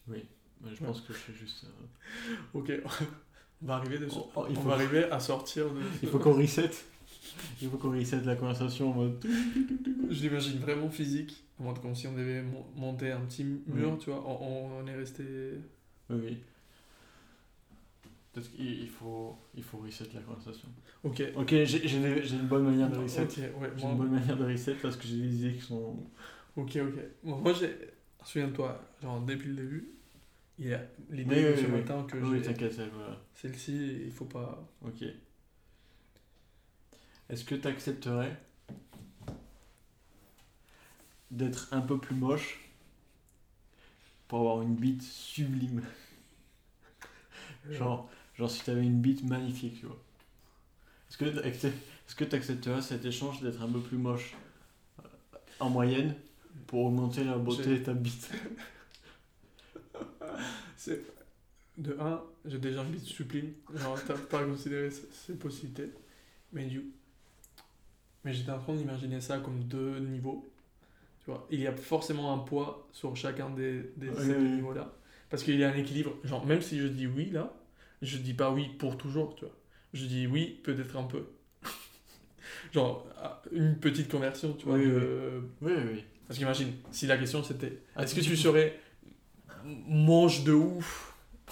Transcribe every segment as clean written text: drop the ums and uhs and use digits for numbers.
Oui, je pense que je fais juste... Ok, on va arriver, il on faut- va arriver à sortir de... Il faut qu'on reset. Il faut qu'on reset la conversation en mode... Je l'imagine vraiment physique, en mode comme si on devait monter un petit mur, Oui. tu vois, on est resté... Oui, oui. Peut-être qu'il faut reset la conversation. Ok, Ok, j'ai une bonne manière de reset. ok, ouais, J'ai une bonne manière de reset parce que j'ai des idées qui sont... Ok. Bon, moi, souviens-toi, genre, depuis le début, il y a l'idée Oui, de oui, ce oui. matin que Oui, j'ai... t'inquiète, voilà. Celle-ci, il faut pas... Ok. Est-ce que t'accepterais d'être un peu plus moche pour avoir une bite sublime? Genre si t'avais une bite magnifique, tu vois. Est-ce que t'accepterais cet échange d'être un peu plus moche en moyenne pour augmenter la beauté de ta bite? C'est... De un, j'ai déjà envie de sublime. Genre, t'as pas considéré ces possibilités. Mais j'étais en train d'imaginer ça comme deux niveaux. Tu vois, il y a forcément un poids sur chacun ces deux niveaux-là. Parce qu'il y a un équilibre. Genre, même si je dis oui là, je dis pas oui pour toujours, tu vois. Je dis oui, peut-être un peu. Genre, une petite conversion, tu vois. Oui, de... oui. Parce qu'imagine, si la question c'était Ah, est-ce que tu serais mange de ouf,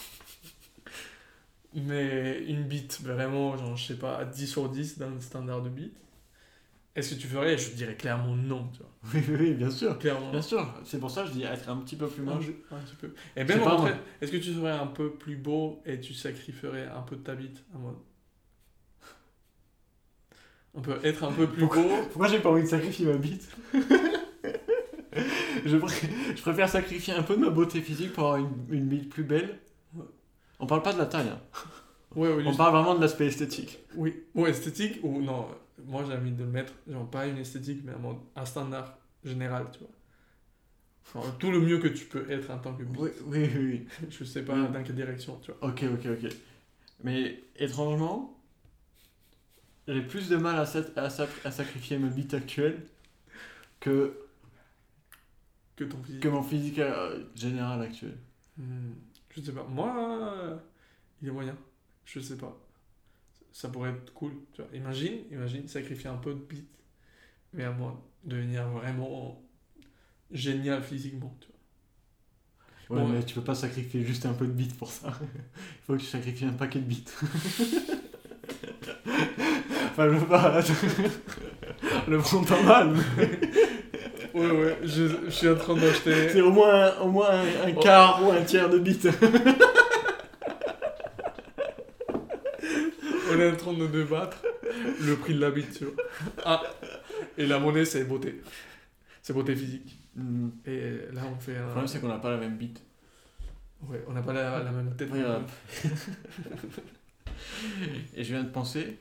mais une bite vraiment, genre, je sais pas, à 10 sur 10 dans le standard de bite, est-ce que tu ferais? Je dirais clairement non, tu vois. Oui, bien sûr. Clairement. Bien sûr. C'est pour ça que je dis être un petit peu plus moche. Un petit peu. Et Je même sais au pas, contraire, moi. est-ce que tu serais un peu plus beau et tu sacrifierais un peu de ta bite à moi? On peut être un peu plus beau. Pourquoi j'ai pas envie de sacrifier ma bite? Je préfère sacrifier un peu de ma beauté physique pour avoir une bite plus belle. On parle pas de la taille, hein. Ouais, oui, On parle vraiment de l'aspect esthétique. oui. Ou esthétique, ou non. Moi j'ai envie de le mettre, genre pas une esthétique, mais un standard général, tu vois. Genre, tout le mieux que tu peux être en tant que bite. Oui. Je sais pas Oui. dans quelle direction, tu vois. Ok. Mais étrangement, j'ai plus de mal à sacrifier ma bite actuelle que Que ton physique. mon physique général actuel. Je sais pas. Moi, il est moyen. Je sais pas. Ça pourrait être cool. Tu vois. Imagine sacrifier un peu de bite, mais à moi, devenir vraiment génial physiquement. Tu Ouais, Bon, mais tu peux pas sacrifier juste un peu de bite pour ça. Il faut que tu sacrifies un paquet de bites. Enfin, je veux pas le prendre pas mal. ouais, je suis en train d'acheter. C'est au moins un quart ou un tiers de bite. On est en train de débattre le prix de la bite, tu vois. Ah, et la monnaie, c'est beauté. C'est beauté physique. Et là, on fait Le un. problème, c'est qu'on n'a pas la même bite. Ouais, on n'a pas la même tête. Regarde. Et je viens de penser.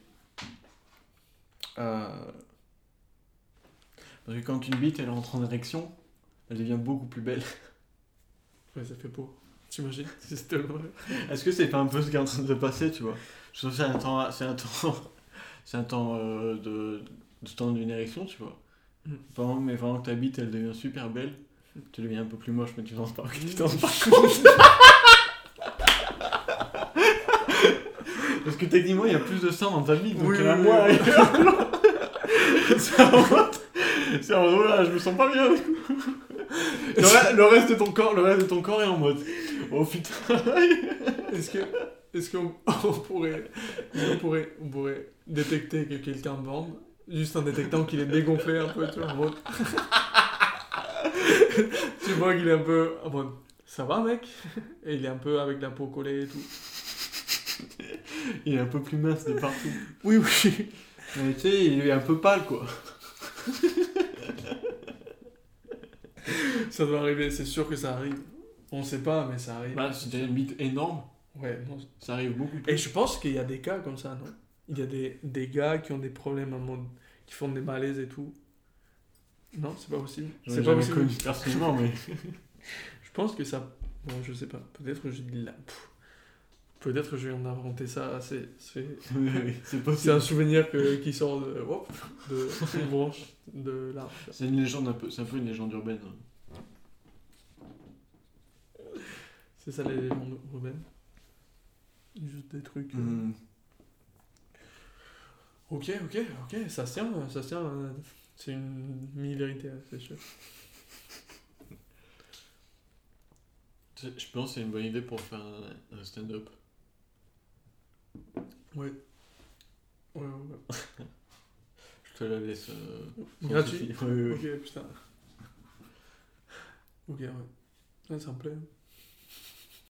Parce que quand une bite elle rentre en érection, elle devient beaucoup plus belle. Ouais, ça fait beau. T'imagines? C'est tellement. Est-ce que c'est pas un peu ce qui est en train de se passer, tu vois? Je trouve que c'est un temps de temps d'une érection, tu vois. Mais pendant que ta bite elle devient super belle, tu deviens un peu plus moche, mais tu t'en rends pas compte. Parce que techniquement, il y a plus de sang dans ta bite, donc il y en a moins. C'est en mode, là, je me sens pas bien, du coup. Le reste de ton corps est en mode, oh putain. Est-ce qu'on pourrait détecter que quelqu'un bande juste en détectant qu'il est dégonflé un peu, tu vois, en mode... Tu vois qu'il est un peu en mode, ça va mec? Et il est un peu avec la peau collée et tout. Il est un peu plus mince de partout. Oui. Mais tu sais, il est un peu pâle, quoi. Ça doit arriver, c'est sûr que ça arrive. On sait pas, mais ça arrive. Bah, si t'as une bite énorme, Ouais, non. ça arrive beaucoup plus. Et je pense qu'il y a des cas comme ça, non? Il y a des gars qui ont des problèmes, qui font des malaises et tout. Non, c'est pas possible. J'en ai C'est pas jamais possible. connu personnellement, mais... Je pense que ça... Bon, je sais pas. Peut-être que je dis là... Peut-être que je viens d'inventer ça. Oui, c'est C'est possible. un souvenir qui sort de une branche de l'arbre. C'est une légende c'est un peu une légende urbaine. C'est ça les légendes urbaines. Juste des trucs. Ok, ça se tient. C'est une mini-vérité, c'est sûr. Je pense que c'est une bonne idée pour faire un stand-up. Ouais. Je te la laisse. Gratuit. Oui. Ok, putain. Ok, ouais. Ouais, ça me plaît.